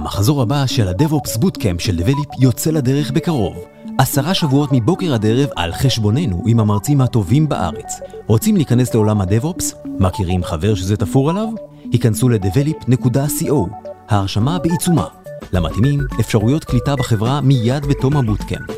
המחזור הבא של ה-DevOps Bootcamp של Develop יוצא לדרך בקרוב. 10 שבועות מבוקר עד ערב על חשבוננו עם המרצים הטובים בארץ. רוצים להיכנס לעולם ה-DevOps? מכירים חבר שזה תפור עליו? היכנסו ל-develop.co. ההרשמה בעיצומה. למתאימים אפשרויות קליטה בחברה מיד בתום הבוטקאמפ.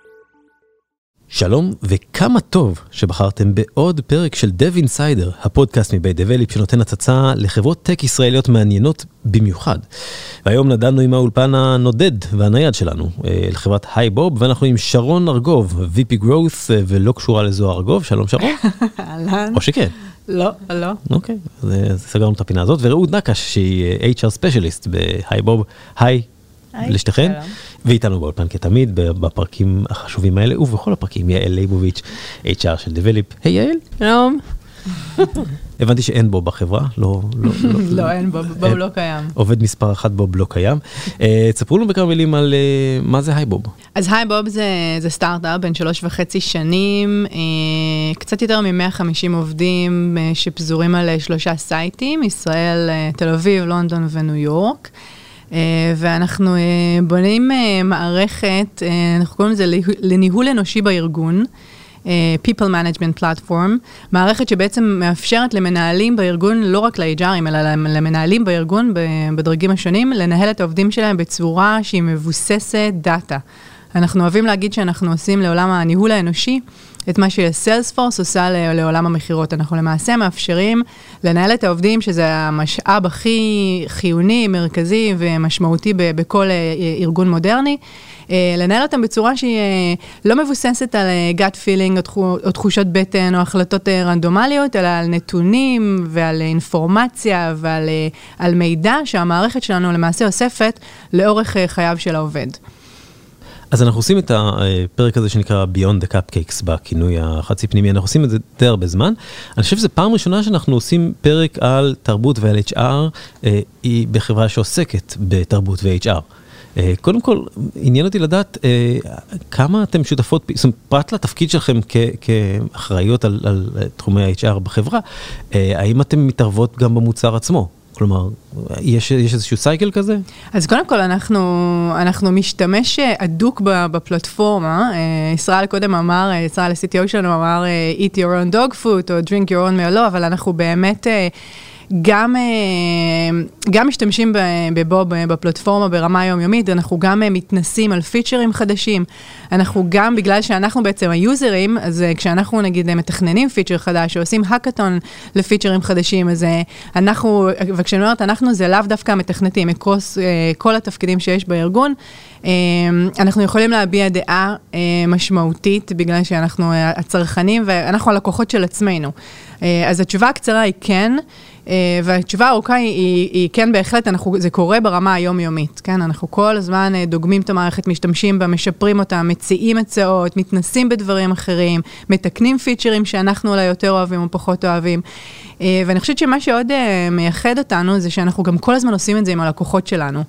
שלום, וכמה טוב שבחרתם בעוד פרק של Dev Insider, הפודקאסט מבית Develop שנותן הצצה לחברות טק ישראליות מעניינות במיוחד. והיום נדענו עם האולפן הנודד והנייד שלנו, לחברת הייבוב, ואנחנו עם שרון ארגוב, VP Growth, ולא קשורה לזוהר ארגוב. שלום שרון. אהלן. או שכן. לא, לא. אוקיי, אז סגרנו את הפינה הזאת, ורעות נקש שהיא HR Specialist בהייבוב. היי. לשתכן, ואיתנו באולפן כתמיד בפרקים החשובים האלה, ובכל הפרקים יעל ליבוביץ', HR של Develop. היי יעל. שלום. הבנתי שאין בוב בחברה, לא, אין בוב, בוב לא קיים. עובד מספר 1 בוב לא קיים. תספרו לנו בכמה מילים על מה זה הייבוב. אז הייבוב זה סטארט-אפ בין 3.5 שנים, קצת יותר מ-150 עובדים שפזורים על 3 סייטים, ישראל, תל אביב, לונדון וניו יורק. ואנחנו בונים מערכת, אנחנו קוראים לזה לניהול אנושי בארגון, People Management Platform, מערכת שבעצם מאפשרת למנהלים בארגון, לא רק ל-HRים, אלא למנהלים בארגון בדרגים השונים, לנהל את העובדים שלהם בצורה שהיא מבוססת דאטה. אנחנו אוהבים להגיד שאנחנו עושים לעולם הניהול האנושי, את מה שסיילספורס עושה לעולם המחירות. אנחנו למעשה מאפשרים לנהל את העובדים, שזה המשאב הכי חיוני, מרכזי ומשמעותי בכל ארגון מודרני, לנהל אותם בצורה שהיא לא מבוססת על gut feeling או תחושות בטן או החלטות רנדומליות, אלא על נתונים ועל אינפורמציה ועל מידע שהמערכת שלנו למעשה אוספת לאורך חייו של העובד. אז אנחנו עושים את הפרק הזה שנקרא Beyond the Cupcakes בכינוי החצי פנימי, אנחנו עושים את זה די הרבה זמן. אני חושב שזו פעם ראשונה שאנחנו עושים פרק על תרבות ועל HR, היא בחברה שעוסקת בתרבות ו-HR. קודם כל, עניין אותי לדעת כמה אתם שותפות, זאת אומרת, פרט לתפקיד שלכם כאחראיות על תחומי ה-HR בחברה, האם אתם מתערבות גם במוצר עצמו? כלומר, יש איזשהו סייקל כזה? אז קודם כל, אנחנו משתמש אדוק בפלטפורמה. ישראל קודם אמר, ישראל ה-CTO שלנו אמר, eat your own dog food, או drink your own meal, לא, אבל אנחנו באמת גם משתמשים בבוב בפלטפורמה ברמה היומיומית, אנחנו גם מתנסים על פיצ'רים חדשים, אנחנו גם, בגלל שאנחנו בעצם היוזרים, אז כשאנחנו נגיד מתכננים פיצ'ר חדש, או עושים הקאטון לפיצ'רים חדשים, אז אנחנו, וכשאני אומרת אנחנו, זה לאו דווקא מתכנתים, מקרוס כל התפקידים שיש בארגון, אנחנו יכולים להביע דעה משמעותית, בגלל שאנחנו הצרכנים, ואנחנו הלקוחות של עצמנו. אז התשובה הקצרה היא כן, והתשובה הארוכה היא כן בהחלט, זה קורה ברמה היומיומית, כן? אנחנו כל הזמן דוגמים את המערכת, משתמשים בה, משפרים אותה, מציעים הצעות, מתנסים בדברים אחרים, מתקנים פיצ'רים שאנחנו אולי יותר אוהבים או פחות אוהבים, ואני חושבת שמה שעוד מייחד אותנו, זה שאנחנו גם כל הזמן עושים את זה עם הלקוחות שלנו.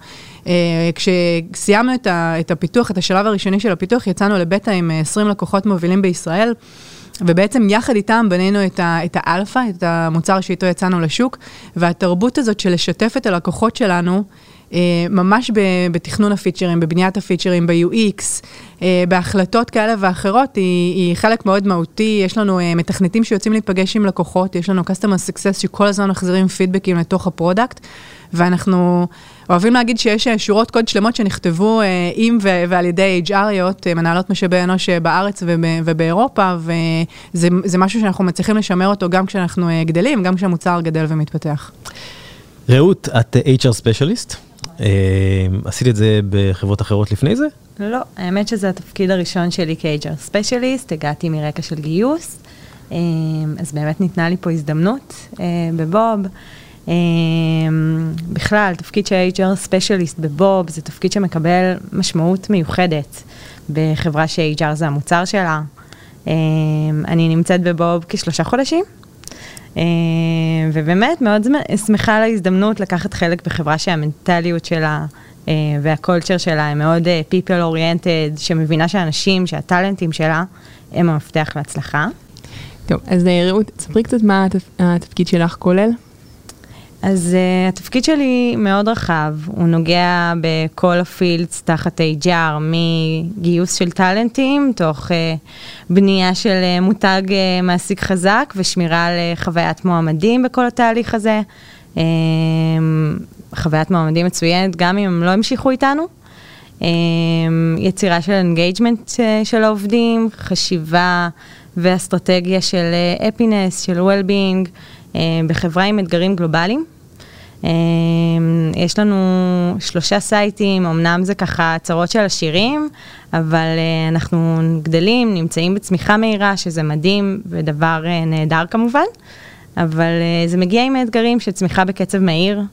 כשסיימנו את הפיתוח, את השלב הראשוני של הפיתוח, יצאנו לבטא עם 20 לקוחות מובילים בישראל, ובעצם יחד איתם בנינו את האלפא, את המוצר שאיתו יצאנו לשוק, והתרבות הזאת של לשתף את הלקוחות שלנו, ממש בתכנון הפיצ'רים, בבניית הפיצ'רים, ב-UX, בהחלטות כאלה ואחרות, היא חלק מאוד מהותי. יש לנו מתכנתים שיוצאים להיפגש עם לקוחות, יש לנו Customer Success שכל הזמן מחזירים פידבקים לתוך הפרודקט, ואנחנו אוהבים להגיד שיש שורות קוד שלמות שנכתבו עם ועל ידי HRיות, מנהלות משאבי אנוש בארץ ובאירופה, וזה משהו שאנחנו מצליחים לשמר אותו גם כשאנחנו גדלים, גם כשהמוצר גדל ומתפתח. רעות, את HR Specialist? עשית את זה בחברות אחרות לפני זה? לא, האמת שזה התפקיד הראשון שלי כ-HR Specialist, הגעתי מרקע של גיוס, אז באמת ניתנה לי פה הזדמנות בבוב. בכלל, תפקיד של HR Specialist בבוב, זה תפקיד שמקבל משמעות מיוחדת בחברה ש-HR זה המוצר שלה. אני נמצאת בבוב כ3 חודשים, ובאמת מאוד שמחה על ההזדמנות לקחת חלק בחברה שהמנטליות שלה והקולצ'ר שלה הם מאוד people oriented, שמבינה שהאנשים, שהטלנטים שלה הם המפתח להצלחה. טוב, אז רעות, ספרי קצת מה התפקיד שלך כולל? אז התפקיד שלי מאוד רחב, הוא נוגע בכל הפילדס תחת HR, מגיוס של טלנטים, תוך בנייה של מותג מעסיק חזק, ושמירה על חוויית מועמדים בכל התהליך הזה. חוויית מועמדים מצוינת, גם אם הם לא המשיכו איתנו. יצירה של אינגייג'מנט של העובדים, חשיבה ואסטרטגיה של אפינס, של well-being, בחברה עם אתגרים גלובליים. יש לנו 3 סייטים, אמנם זה ככה צרות של עשירים, אבל אנחנו גדלים, נמצאים בצמיחה מהירה, שזה מדהים ודבר נהדר כמובן, אבל זה מגיע עם האתגרים של צמיחה בקצב מהיר.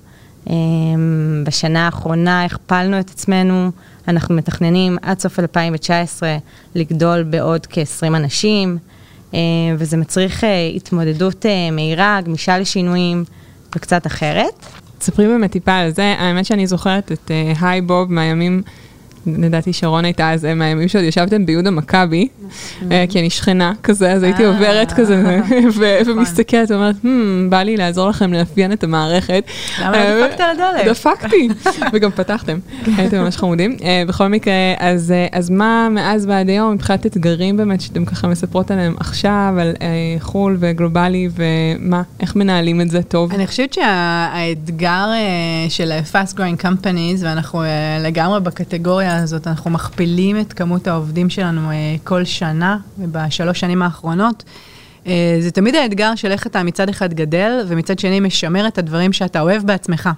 בשנה האחרונה הכפלנו את עצמנו, אנחנו מתכננים עד סוף 2019 לגדול בעוד כ-20 אנשים, וזה מצריך התמודדות מהירה, גמישה לשינויים וקצת אחרת. תספרי באמת טיפה על זה, האמת שאני זוכרת את היי בוב מהימים, לדעתי שרון הייתה אז מהימים שעוד ישבתם ביהודה מכבי, כי אני שכנה כזה, אז הייתי עוברת כזה, ומסתכלת ואומרת, בא לי לעזור לכם לאפיין את המערכת. למה לא דפקת על הדלת? דפקתי, וגם פתחתם, הייתם ממש חמודים. בכל מקרה, אז מה מאז ועד היום, מבחינת אתגרים באמת, שאתם ככה מספרות עליהם עכשיו, על חול וגלובלי, ומה, איך מנהלים את זה טוב? אני חושבת שהאתגר של fast growing companies, ואנחנו לגמרי בקטגוריה הזאת, אנחנו מכפילים את כמות העובדים שלנו כל שנה, וב3 שנים האחרונות. זה תמיד האתגר של איך אתה מצד אחד גדל, ומצד שני משמר את הדברים שאתה אוהב בעצמך.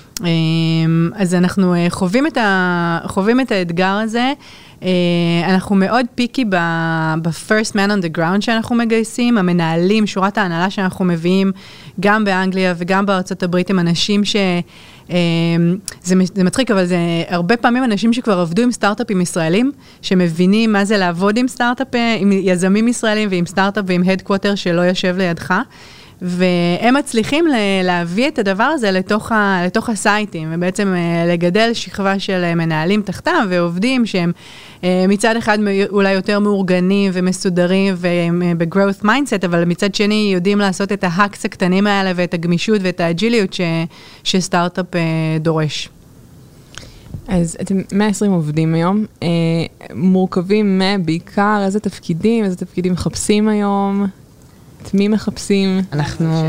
אז אנחנו חווים את האתגר הזה. אנחנו מאוד פיקי ב-first man on the ground שאנחנו מגייסים, המנהלים, שורת ההנהלה שאנחנו מביאים, גם באנגליה וגם בארצות הברית, עם אנשים זה מצחיק, אבל זה הרבה פעמים אנשים שכבר עבדו עם סטארט-אפים ישראלים, שמבינים מה זה לעבוד עם סטארט-אפ, עם יזמים ישראלים ועם סטארט-אפ ועם headquarter שלא יושב לידך, והם מצליחים להביא את הדבר הזה לתוך הסייטים, ובעצם לגדל שכבה של מנהלים תחתם ועובדים שהם מצד אחד אולי יותר מאורגנים ומסודרים וב-growth mindset, אבל מצד שני יודעים לעשות את ההקס הקטנים האלה ואת הגמישות ואת האג'יליות שסטארט-אפ דורש. אז אתם 120 עובדים היום, מורכבים בעיקר איזה תפקידים מחפשים היום? את מי מחפשים? אנחנו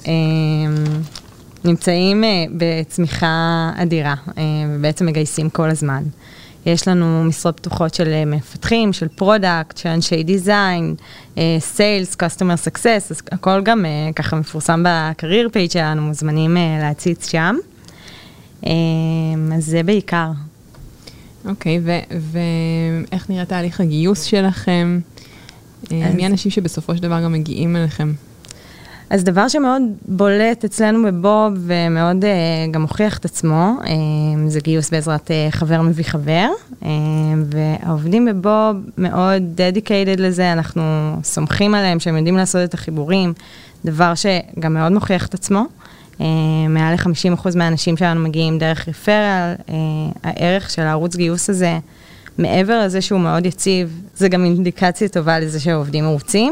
נמצאים בצמיחה אדירה, ובעצם מגייסים כל הזמן. יש לנו משרות פתוחות של מפתחים, של פרודקט, של אנשי דיזיין, סיילס, קסטומר סקסס, אז הכל גם ככה מפורסם בקרייר פייג' שלנו, מוזמנים להציץ שם. אז זה בעיקר. אוקיי, ואיך נראה תהליך הגיוס שלכם? מי האנשים שבסופו של דבר גם מגיעים אליכם? אז דבר שמאוד בולט אצלנו בבוב ומאוד גם מוכיח את עצמו, זה גיוס בעזרת חבר מביא חבר, והעובדים בבוב מאוד dedicated לזה, אנחנו סומכים עליהם שהם יודעים לעשות את החיבורים, דבר שגם מאוד מוכיח את עצמו. מעל ל-50% מהאנשים שלנו מגיעים דרך רפרל, הערך של הערוץ גיוס הזה, מעבר לזה שהוא מאוד יציב, זה גם אינדיקציה טובה לזה שהעובדים מרוצים.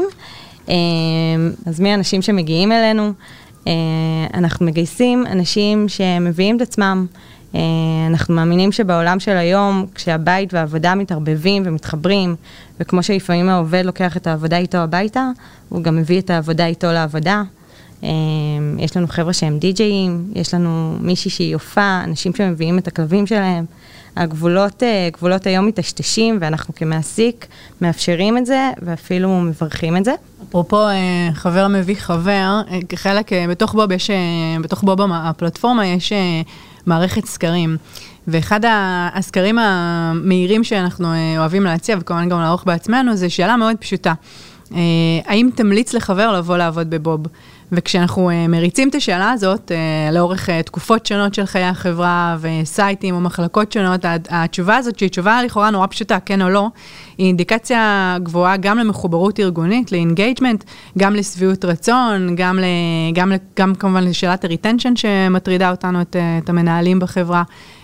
אז מי האנשים שמגיעים אלינו? אנחנו מגייסים אנשים שמביאים את עצמם. אנחנו מאמינים שבעולם של היום, כשהבית והעבודה מתערבבים ומתחברים, וכמו שלפעמים העובד לוקח את העבודה איתו הביתה, הוא גם מביא את העבודה איתו לעבודה. יש לנו חבר'ה שהם די-ג'יים, יש לנו מישהי שהיא יופה, אנשים שמביאים את הכלבים שלהם. גבולות היום מתשתשים, ואנחנו כמעסיק מאפשרים את זה, ואפילו מברכים את זה. אפרופו חבר מביא חבר, חלק בתוך בוב הפלטפורמה יש מערכת סקרים, ואחד הסקרים המהירים שאנחנו אוהבים להציע, וכמובן גם לערוך בעצמנו, זה שאלה מאוד פשוטה. האם תמליץ לחבר לבוא לעבוד בבוב? וכשאנחנו מריצים את השאלה הזאת, לאורך תקופות שונות של חיי החברה וסייטים או מחלקות שונות, התשובה הזאת, שהיא תשובה לכאורה נורא פשוטה, כן או לא, היא אינדיקציה גבוהה גם למחוברות ארגונית, לאינגייג'מנט, גם לשביעות רצון, גם כמובן לשאלת הריטנשן שמטרידה אותנו, את המנהלים בחברה.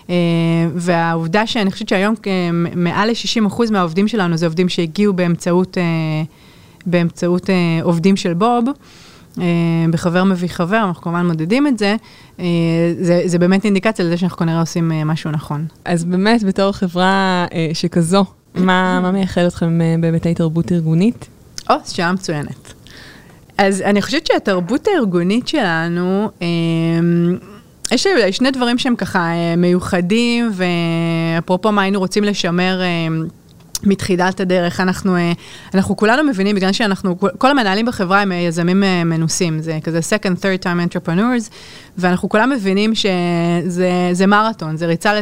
והעובדה שאני חושבת שהיום מעל ל-60% מהעובדים שלנו, זה עובדים שהגיעו באמצעות עובדים של בוב, בחבר מביא חבר, אנחנו כמובן מודדים את זה, זה באמת אינדיקציה לזה שאנחנו כנראה עושים משהו נכון. אז באמת, בתור חברה שכזו, מה מייחד אתכם בהיבטי תרבות ארגונית? שאלה מצוינת. אז אני חושבת שהתרבות הארגונית שלנו, יש שני דברים שהם ככה מיוחדים, ואפרופו מה היינו רוצים לשמר מתחילת הדרך, אנחנו כולנו מבינים, בגלל שאנחנו, כל המנהלים בחברה הם יזמים מנוסים, זה כזה second, third time entrepreneurs, ואנחנו כולם מבינים שזה מרתון, זה ריצה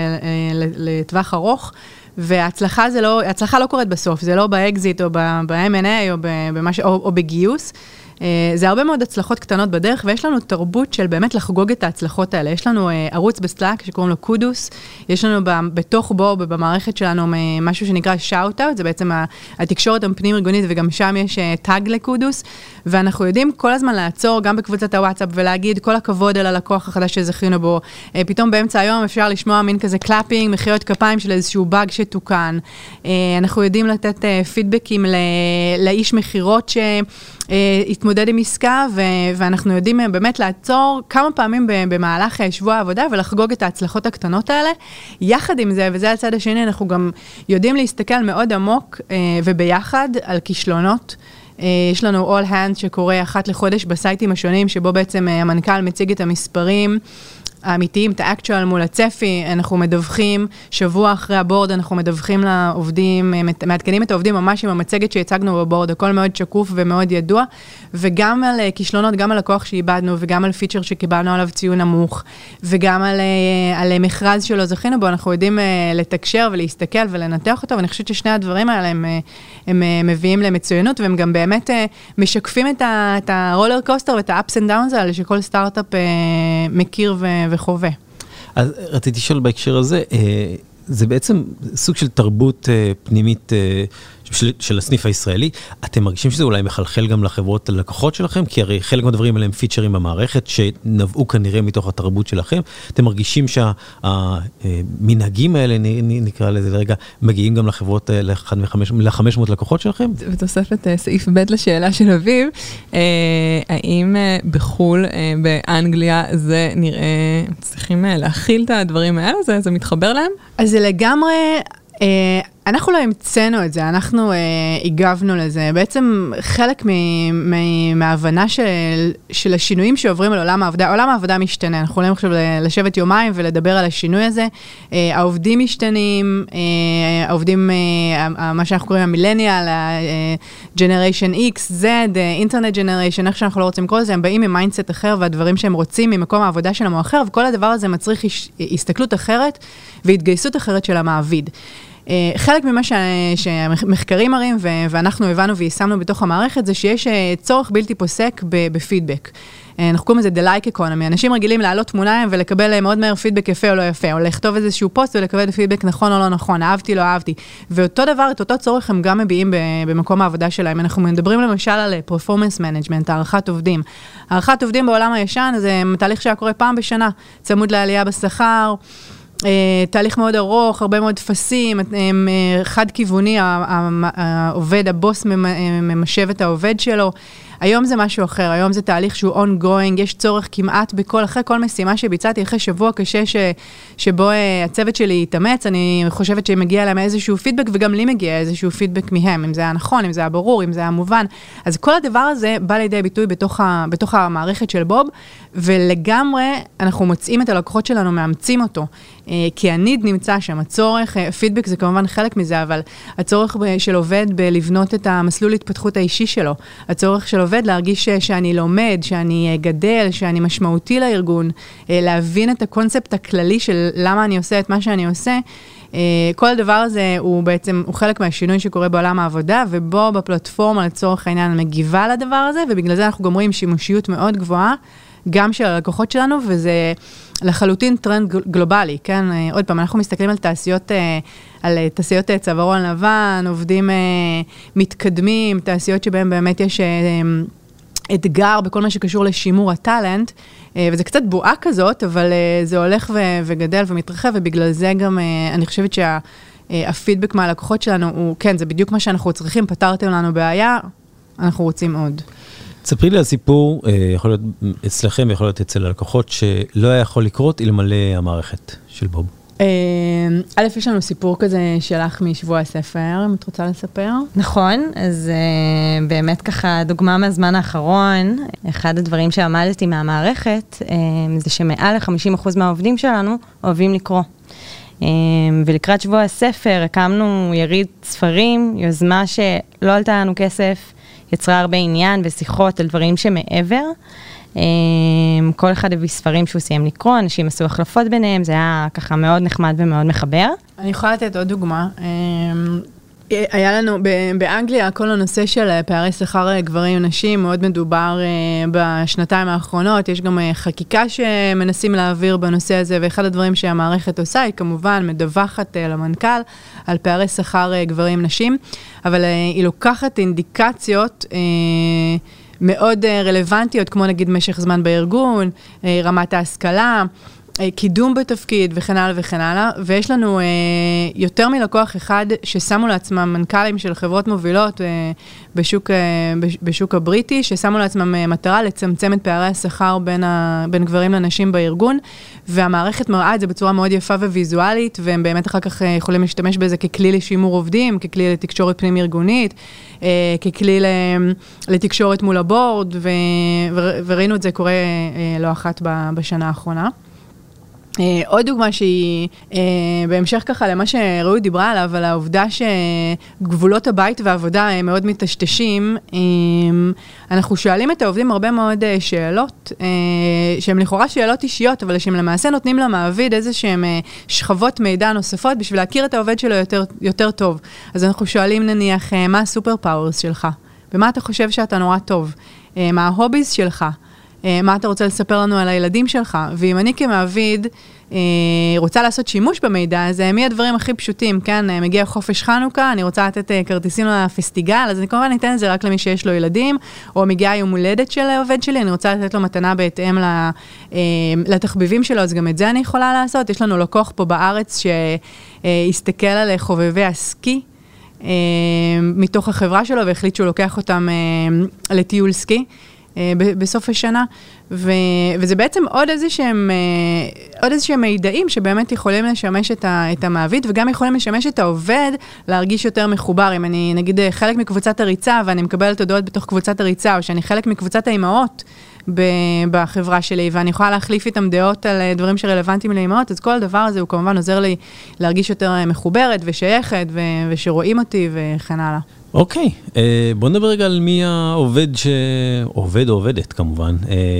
לטווח ארוך, וההצלחה ההצלחה לא קורית בסוף, זה לא באקזיט או ב-M&A או בגיוס, זה הרבה מאוד הצלחות קטנות בדרך, ויש לנו תרבות של באמת לחגוג את ההצלחות האלה. יש לנו ערוץ בסלאק שקוראים לו קודוס, יש לנו בתוך בוב, במערכת שלנו, משהו שנקרא שאוט-אוט, זה בעצם התקשורת הפנים ארגונית, וגם שם יש טאג לקודוס, ואנחנו יודעים כל הזמן לעצור, גם בקבוצת הוואטסאפ, ולהגיד כל הכבוד על הלקוח החדש שזכינו בו. פתאום באמצע היום אפשר לשמוע מין כזה קלאפינג, מחיאות כפיים של איזשהו באג שתוקן. אנחנו יודעים לתת פידבקים לאיש מחירות התמודד עם עסקה, ואנחנו יודעים באמת לעצור כמה פעמים במהלך שבוע העבודה, ולחגוג את ההצלחות הקטנות האלה. יחד עם זה, וזה הצד השני, אנחנו גם יודעים להסתכל מאוד עמוק וביחד על כישלונות. יש לנו all hands שקורה אחת לחודש בסייטים השונים, שבו בעצם המנכ"ל מציג את המספרים, האמיתיים, את האקטואל מול הצפי, אנחנו מדווחים, שבוע אחרי הבורד, אנחנו מדווחים לעובדים, מעדכנים את העובדים ממש עם המצגת שהצגנו בבורד, הכל מאוד שקוף ומאוד ידוע, וגם על כישלונות, גם על הכוח שאיבדנו, וגם על פיצ'ר שקיבלנו עליו ציון נמוך, וגם על מכרז שלא זכינו בו, אנחנו יודעים לתקשר ולהסתכל ולנתח אותו, ואני חושבת ששני הדברים האלה הם מביאים למצוינות, והם גם באמת משקפים את הרולר קוסטר ואת האפס אנד דאונס האלה, שכל סטארט-אפ מכיר וחווה. אז רציתי לשאול בהקשר הזה, זה בעצם סוג של תרבות פנימית של הסניף הישראלי. אתם מרגישים שזה אולי מחלחל גם לחברות הלקוחות שלכם? כי הרי חלק מהדברים האלה הם פיצ'רים במערכת שנבעו כנראה מתוך התרבות שלכם. אתם מרגישים שהמנהגים האלה, נקרא לזה לרגע, מגיעים גם לחברות, ל-500 לקוחות שלכם? ותוספת סעיף ב' לשאלה של אביב, האם בחול, באנגליה, זה נראה, צריכים להכיל את הדברים האלה? זה מתחבר להם? אז זה לגמרי, אנחנו לא המצאנו את זה, אנחנו הגבנו לזה. בעצם חלק מההבנה של השינויים שעוברים על עולם העבודה, עולם העבודה משתנה, אנחנו יכולים עכשיו לשבת יומיים ולדבר על השינוי הזה. העובדים משתנים, העובדים, מה שאנחנו קוראים המילניאל, Generation X, Z, Internet Generation, איך שאנחנו לא רוצים לקרוא לזה, הם באים עם מיינדסט אחר, והדברים שהם רוצים ממקום העבודה שלהם הוא אחר, וכל הדבר הזה מצריך הסתכלות אחרת והתגייסות אחרת של המעביד. חלק ממה שהמחקרים מראים, ואנחנו הבנו ויישמנו בתוך המערכת, זה שיש צורך בלתי פוסק בפידבק. אנחנו קוראים לזה the like economy. אנשים רגילים להעלות תמונה ולקבל מאוד מהר פידבק יפה או לא יפה, או לכתוב איזשהו פוסט ולקבל פידבק נכון או לא נכון, אהבתי, לא אהבתי. ואותו דבר, את אותו צורך הם גם מביאים במקום העבודה שלהם. אנחנו מדברים למשל על performance management, הערכת עובדים. הערכת עובדים בעולם הישן, זה תהליך שהיה קורה פעם בשנה, צמוד לעלייה בשכר, תהליך מאוד ארוך, הרבה מאוד תפסים, חד כיווני, העובד, הבוס ממשב את העובד שלו. היום זה משהו אחר, היום זה תהליך שהוא ongoing, יש צורך כמעט אחרי כל משימה שביצעתי, אחרי שבוע קשה שבו הצוות שלי יתאמץ, אני חושבת שמגיע להם איזשהו פידבק, וגם לי מגיע איזשהו פידבק מהם, אם זה היה נכון, אם זה היה ברור, אם זה היה מובן. אז כל הדבר הזה בא לידי ביטוי בתוך המערכת של בוב, ולגמרי אנחנו מוצאים את הלקוחות שלנו, מאמצים אותו, כי הניד נמצא שם, הצורך, פידבק זה כמובן חלק מזה, אבל הצורך של עובד בלבנות את המסלול התפתחות האישי שלו, הצורך של עובד להרגיש שאני לומד, שאני גדל, שאני משמעותי לארגון, להבין את הקונספט הכללי של למה אני עושה את מה שאני עושה, כל הדבר הזה הוא בעצם, הוא חלק מהשינוי שקורה בעולם העבודה, ובו בפלטפורמה לצורך העניין מגיבה לדבר הזה, ובגלל זה אנחנו גם רואים שימושיות מאוד גבוהה, גם של הלקוחות שלנו, וזה לחלוטין טרנד גלובלי, כן? עוד פעם, אנחנו מסתכלים על תעשיות צווארון לבן, עובדים מתקדמים, תעשיות שבהם באמת יש אתגר בכל מה שקשור לשימור הטלנט, וזה קצת בועה כזאת, אבל זה הולך וגדל ומתרחב, ובגלל זה גם אני חושבת שהפידבק מהלקוחות שלנו הוא, כן, זה בדיוק מה שאנחנו צריכים, פתרתם לנו בעיה, אנחנו רוצים עוד. ספרי לי על סיפור, יכול להיות אצלכם, יכול להיות אצל הלקוחות, שלא היה יכול לקרות אלמלא המערכת של בוב. א', יש לנו סיפור כזה שלך משבוע הספר, אם את רוצה לספר? נכון, אז באמת ככה דוגמה מהזמן האחרון, אחד הדברים שעמדתי מהמערכת, זה שמעל 50% מהעובדים שלנו אוהבים לקרוא. ולקראת שבוע הספר הקמנו יריד ספרים, יוזמה שלא עלתה לנו כסף, יצרה הרבה עניין ושיחות על דברים שמעבר. כל אחד הביא ספרים שהוא סיים לקרוא, אנשים עשו החלפות ביניהם, זה היה ככה מאוד נחמד ומאוד מחבר. אני יכולה לתת עוד דוגמה. היה לנו באנגליה כל הנושא של פערי שכר גברים ונשים, מאוד מדובר בשנתיים האחרונות, יש גם חקיקה שמנסים להעביר בנושא הזה, ואחד הדברים שהמערכת עושה היא כמובן מדווחת למנכ"ל על פערי שכר גברים ונשים, אבל היא לוקחת אינדיקציות מאוד רלוונטיות, כמו נגיד משך זמן בארגון, רמת ההשכלה, קידום בתפקיד וכן הלאה וכן הלאה, ויש לנו יותר מלקוח אחד ששמו לעצמם מנכ"לים של חברות מובילות בשוק הבריטי, ששמו לעצמם מטרה לצמצם את פערי השכר בין גברים לנשים בארגון, והמערכת מראה את זה בצורה מאוד יפה וויזואלית, והם באמת אחר כך יכולים להשתמש בזה ככלי לשימור עובדים, ככלי לתקשורת פנים ארגונית, ככלי לתקשורת מול הבורד, וראינו את זה קורה לא אחת בשנה האחרונה. עוד דוגמה שהיא בהמשך ככה למה שראוי דיברה עליו, על העובדה שגבולות הבית והעבודה מאוד מטשטשים, אנחנו שואלים את העובדים הרבה מאוד שאלות, שהן לכאורה שאלות אישיות, אבל שהן למעשה נותנים למעביד איזה שהן שכבות מידע נוספות, בשביל להכיר את העובד שלו יותר טוב. אז אנחנו שואלים נניח, מה הסופר פאוורס שלך? במה אתה חושב שאתה נורא טוב? מה ההוביז שלך? מה אתה רוצה לספר לנו על הילדים שלך? ואם אני כמעביד רוצה לעשות שימוש במידע הזה, מי הדברים הכי פשוטים, כן? מגיע חופש חנוכה, אני רוצה לתת כרטיסים לפסטיגל, אז אני כמובן ניתן את זה רק למי שיש לו ילדים, או מגיע יום הולדת של העובד שלי, אני רוצה לתת לו מתנה בהתאם לתחביבים שלו, אז גם את זה אני יכולה לעשות. יש לנו לקוח פה בארץ שהסתכל על חובבי הסקי, מתוך החברה שלו, והחליט שהוא לוקח אותם לטיול סקי, בסוף השנה, וזה בעצם עוד איזשהם מידעים שבאמת יכולים לשמש את המעביד, וגם יכולים לשמש את העובד להרגיש יותר מחובר. אם אני נגיד חלק מקבוצת הריצה, ואני מקבלת הודעות בתוך קבוצת הריצה, או שאני חלק מקבוצת האימהות בחברה שלי, ואני יכולה להחליף איתם דעות על דברים שרלוונטיים לאימהות, אז כל הדבר הזה הוא כמובן עוזר לי להרגיש יותר מחוברת ושייכת, ושרואים אותי וכן הלאה. אוקיי, בוא נדבר רגע על מי העובד עובד או עובדת כמובן,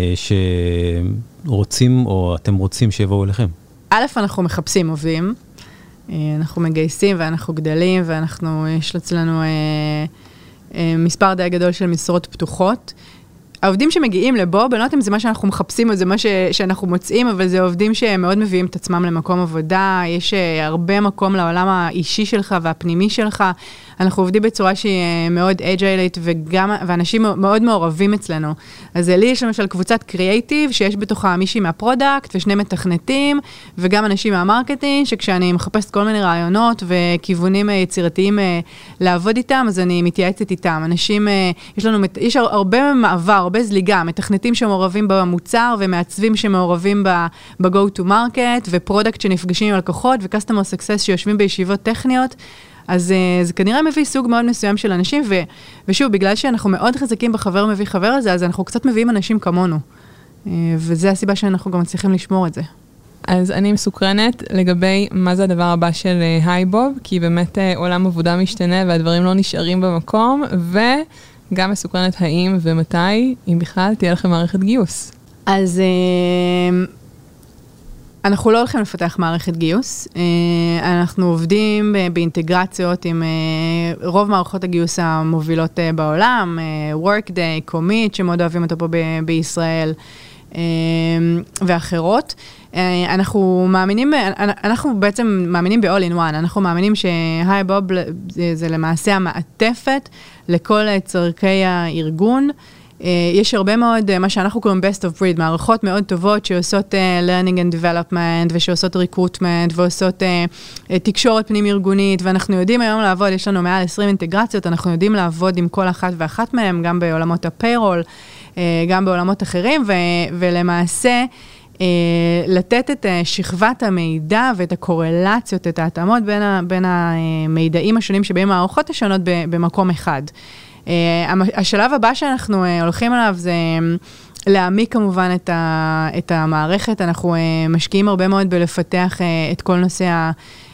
שרוצים או אתם רוצים שיבואו אליכם. א', אנחנו מחפשים עובדים, אנחנו מגייסים ואנחנו גדלים, יש אצלנו מספר די גדול של משרות פתוחות. העובדים שמגיעים לבוב, אני לא יודעת אם זה מה שאנחנו מחפשים או זה מה שאנחנו מוצאים, אבל זה עובדים שמאוד מביאים את עצמם למקום עבודה, יש הרבה מקום לעולם האישי שלך והפנימי שלך, אנחנו עובדים בצורה שהיא מאוד אג'יילית, ואנשים מאוד מעורבים אצלנו. אז לי יש למשל קבוצת קריאייטיב, שיש בתוכה מישהי מהפרודקט, ושני מתכנתים, וגם אנשים מהמרקטינג, שכשאני מחפשת כל מיני רעיונות, וכיוונים יצירתיים לעבוד איתם, אז אני מתייעצת איתם. אנשים, יש הרבה מעבר, הרבה זליגה, מתכנתים שמעורבים במוצר, ומעצבים שמעורבים ב-go to market, ופרודקט שנפגשים עם לקוחות, ו-customer success שיושבים בישיבות טכניות, אז זה כנראה מביא סוג מאוד מסוים של אנשים, ושוב, בגלל שאנחנו מאוד חזקים בחבר מביא חבר הזה, אז אנחנו קצת מביאים אנשים כמונו. וזה הסיבה שאנחנו גם מצליחים לשמור את זה. אז אני מסוקרנת לגבי מה זה הדבר הבא של היי בוב, כי באמת עולם עבודה משתנה והדברים לא נשארים במקום, וגם מסוקרנת האם ומתי, אם בכלל, תהיה לכם מערכת גיוס. אז אנחנו לא הולכים לפתח מערכת גיוס, אנחנו עובדים באינטגרציות עם רוב מערכות הגיוס המובילות בעולם, Workday, Commit, שמאוד אוהבים אותו פה בישראל, ואחרות. אנחנו בעצם מאמינים ב-all in one, אנחנו מאמינים שהי בוב זה למעשה המעטפת לכל צורכי הארגון, יש הרבה מאוד, מה שאנחנו קוראים best of breed, מערכות מאוד טובות שעושות learning and development, ושעושות recruitment, ועושות תקשורת פנים ארגונית, ואנחנו יודעים היום לעבוד, יש לנו מעל 20 אינטגרציות, אנחנו יודעים לעבוד עם כל אחת ואחת מהם, גם בעולמות הפיירול, גם בעולמות אחרים, ולמעשה, לתת את שכבת המידע ואת הקורלציות, את ההתאמות בין המידעים השונים שבאים מהערכות השונות במקום אחד. השלב הבא שאנחנו הולכים עליו זה להעמיק כמובן את המערכת, אנחנו משקיעים הרבה מאוד בלפתח את כל נושא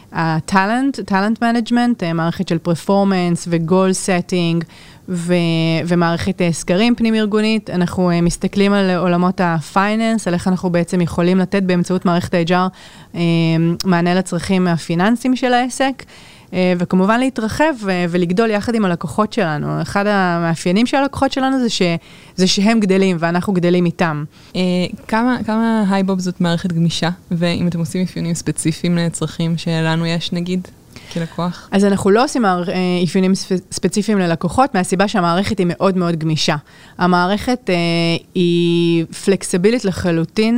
talent management, מערכת של performance ו-goal setting, ומערכת סקרים פנים ארגונית. אנחנו מסתכלים על עולמות הפייננס, על איך אנחנו בעצם יכולים לתת באמצעות מערכת ה-HR מענה לצרכים הפיננסיים של העסק, וכמובן להתרחב ולגדול יחד עם הלקוחות שלנו. אחד המאפיינים של הלקוחות שלנו זה שהם גדלים ואנחנו גדלים איתם. כמה הייבוב זאת מערכת גמישה, ואם אתם עושים אפיונים ספציפיים לצרכים שלנו יש נגיד? כלקוח? אז אנחנו לא עושים אפיונים ספציפיים ללקוחות, מהסיבה שהמערכת היא מאוד מאוד גמישה. המערכת היא פלקסיבילית לחלוטין,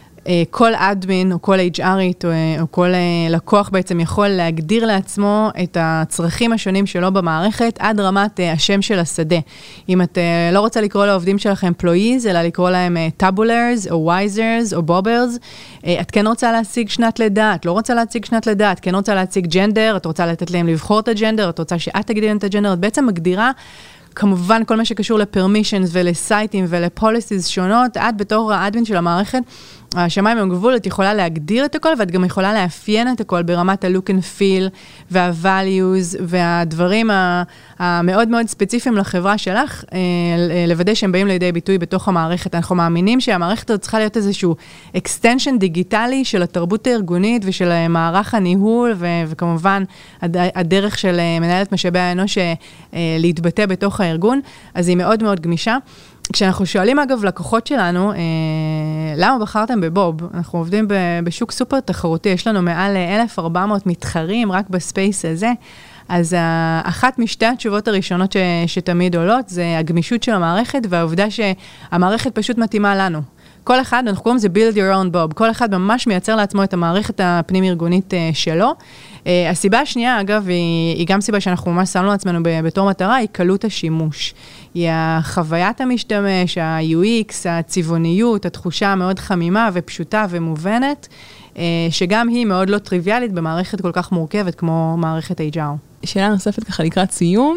כל אדמין או כל HRית או כל לקוח בעצם יכול להגדיר לעצמו את הצרכים השונים שלו במערכת עד רמת השם של השדה. אם את לא רוצה לקרוא לעובדים שלכם employees, אלא לקרוא להם tabulars או wisers או bobbers, את כן רוצה להציג שנת לידה, את לא רוצה להציג שנת לידה, את כן רוצה להציג ג'נדר, את רוצה לתת להם לבחור את הג'נדר, את רוצה שאת תגדיל את הג'נדר, את בעצם מגדירה כמובן כל מה שקשור לפרמישנס ולסייטים ולפוליסיז שונות, את בתור האדמין של המערכת, השמיים הם גבול, את יכולה להגדיר את הכל, ואת גם יכולה לאפיין את הכל ברמת ה-look and feel, וה-values, והדברים המאוד מאוד ספציפיים לחברה שלך, לוודא שהם באים לידי ביטוי בתוך המערכת. אנחנו מאמינים שהמערכת הזאת צריכה להיות איזשהו extension דיגיטלי של התרבות הארגונית, ושל מערך הניהול, וכמובן הדרך של מנהלת משאבי האנוש להתבטא בתוך הארגון, אז היא מאוד מאוד גמישה. כשאנחנו שואלים אגב לקוחות שלנו, למה בחרתם בבוב? אנחנו עובדים בשוק סופר תחרותי, יש לנו מעל 1,400 מתחרים רק בספייס הזה, אז אחת משתי התשובות הראשונות שתמיד עולות, זה הגמישות של המערכת, והעובדה שהמערכת פשוט מתאימה לנו. כל אחד, אנחנו קוראים לזה build your own bob, כל אחד ממש מייצר לעצמו את המערכת הפנים-ארגונית שלו. הסיבה השנייה, אגב, היא גם סיבה שאנחנו ממש שמנו לעצמנו בתור מטרה, היא קלות השימוש. היא החוויית המשתמש, ה-UX, הצבעוניות, התחושה המאוד חמימה ופשוטה ומובנת, שגם היא מאוד לא טריוויאלית במערכת כל כך מורכבת כמו מערכת HR. שאלה נוספת ככה לקראת סיום,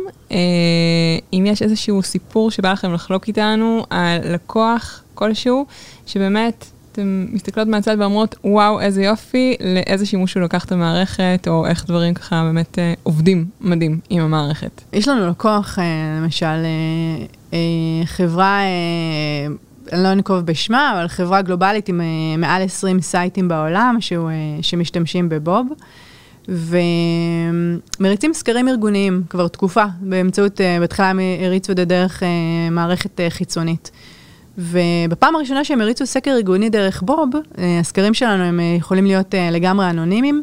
אם יש איזשהו סיפור שבא לכם לחלוק איתנו על לקוח כלשהו, שבאמת אתם מסתכלות מהצד ואומרות, וואו, איזה יופי, לאיזה שימוש הוא לקח את המערכת, או איך דברים ככה באמת עובדים מדהים עם המערכת. יש לנו לקוח, למשל, חברה, אני לא נקוב בשמה, אבל חברה גלובלית עם מעל 20 סייטים בעולם, שמשתמשים בבוב, ומריצים סקרים ארגוניים כבר תקופה, באמצעות, בתחילה הם הריצו דרך מערכת חיצונית. ובפעם הראשונה שהם הריצו סקר ארגוני דרך בוב, הסקרים שלנו הם יכולים להיות לגמרי אנונימיים.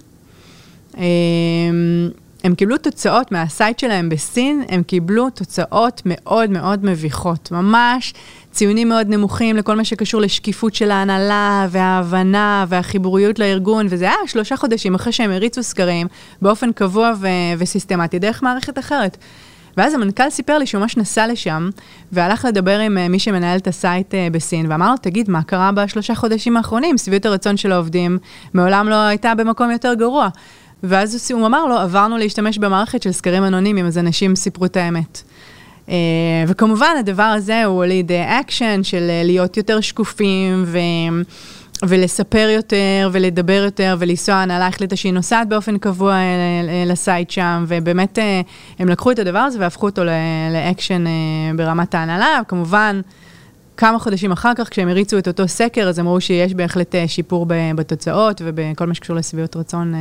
הם קיבלו תוצאות מהסייט שלהם בסין, הם קיבלו תוצאות מאוד מאוד מביכות, ממש ציונים מאוד נמוכים לכל מה שקשור לשקיפות של ההנהלה וההבנה והחיבוריות לארגון, וזה היה 3 חודשים אחרי שהם הריצו סקרים באופן קבוע וסיסטמטי דרך מערכת אחרת. ואז המנכ"ל סיפר לי שהוא ממש נסע לשם, והלך לדבר עם מי שמנהל את הסייט בסין, ואמר לו, תגיד, מה קרה ב3 חודשים האחרונים? שביעות הרצון של העובדים מעולם לא הייתה במקום יותר גרוע. ואז הוא אמר לו, עברנו להשתמש במערכת של סקרים אנונימיים, אז אנשים סיפרו את האמת. וכמובן, הדבר הזה הוא הוליד אקשן של להיות יותר שקופים, ולספר יותר, ולדבר יותר, ולנסוע, הנהלה החליטה שהיא נוסעת באופן קבוע לסייט שם, ובאמת הם לקחו את הדבר הזה והפכו אותו לאקשן ברמת ההנהלה, וכמובן, כמה חודשים אחר כך, כשהם הריצו את אותו סקר, אז אמרו שיש בהחלט שיפור בתוצאות, ובכל מה שקשור לשביעות רצון.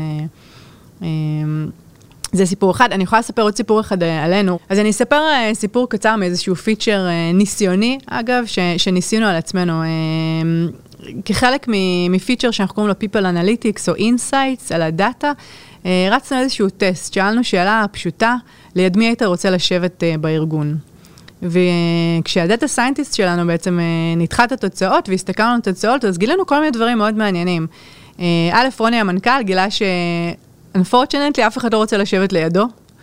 זה סיפור אחד. אני יכולה לספר עוד סיפור אחד עלינו. אז אני אספר סיפור קצר מאיזשהו פיצ'ר ניסיוני, אגב, שניסינו על עצמנו. כחלק מפיצ'ר שאנחנו קוראים לו People Analytics או Insights על הדאטה, רצנו איזשהו טסט, שאלנו שאלה פשוטה, ליד מי היית רוצה לשבת בארגון. וכשהדאטה סיינטיסט שלנו בעצם נדחה את התוצאות והסתכלנו על התוצאות, אז גילינו כל מיני דברים מאוד מעניינים. א', רוני המנכ"ל גילה unfortunately, אף אחד לא רוצה לשבת לידו.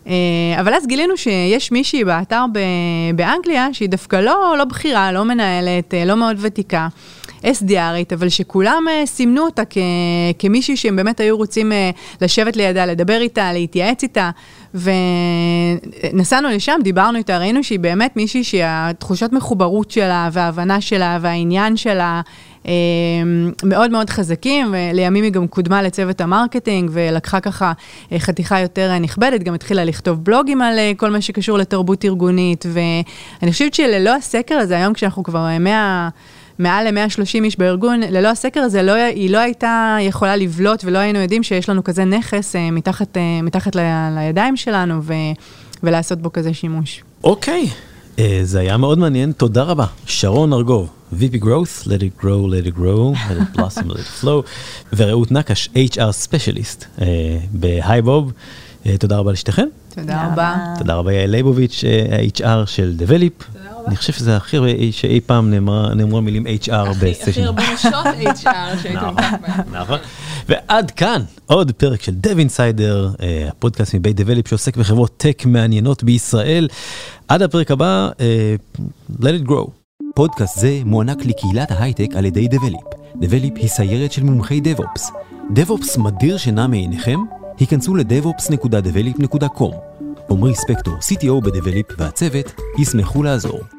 אבל אז גילינו שיש מישהי באתר באנגליה, שהיא דווקא לא בחירה, לא מנהלת, לא מאוד ותיקה, SDRית, אבל שכולם סימנו אותה כמישהי שהם באמת היו רוצים לשבת לידה, לדבר איתה, להתייעץ איתה, ונסענו לשם, דיברנו איתה, ראינו שהיא באמת מישהי שהתחושת מחוברות שלה, וההבנה שלה, והעניין שלה, מאוד מאוד חזקים, ולימים היא גם קודמה לצוות המרקטינג, ולקחה ככה חתיכה יותר נכבדת, גם התחילה לכתוב בלוגים על כל מה שקשור לתרבות ארגונית, ואני חושבת שללא הסקר הזה, היום כשאנחנו כבר מעל ל-130 איש בארגון, ללא הסקר הזה, היא לא הייתה יכולה לבלוט, ולא היינו יודעים שיש לנו כזה נכס מתחת לידיים שלנו, ולעשות בו כזה שימוש. אוקיי, זה היה מאוד מעניין, תודה רבה. שרון ארגוב, VP Growth, Let it grow, let it grow, let it blossom, let it flow, ורעות נקש, HR Specialist, בהייבוב. תודה רבה לשתיכן. תודה רבה. תודה רבה יעל ליבוביץ', ה-HR של Develop. אני חושב שזה הכי הרבה שאי פעם נאמרו המילים HR בסשן. הכי הרבה נשות HR שהייתם נכון. ועד כאן עוד פרק של Dev Insider, הפודקאסט מבית Develop שעוסק בחברות טק מעניינות בישראל. עד הפרק הבא, Let it grow. פודקאסט זה מוענק לקהילת ההייטק על ידי Develop. Develop היא סיירת של מומחי DevOps. DevOps מדיר שינה מעיניכם? היכנסו ל-devops.develop.com. עומרי ספקטור, CTO ב-Develop והצוות ישמחו לעזור.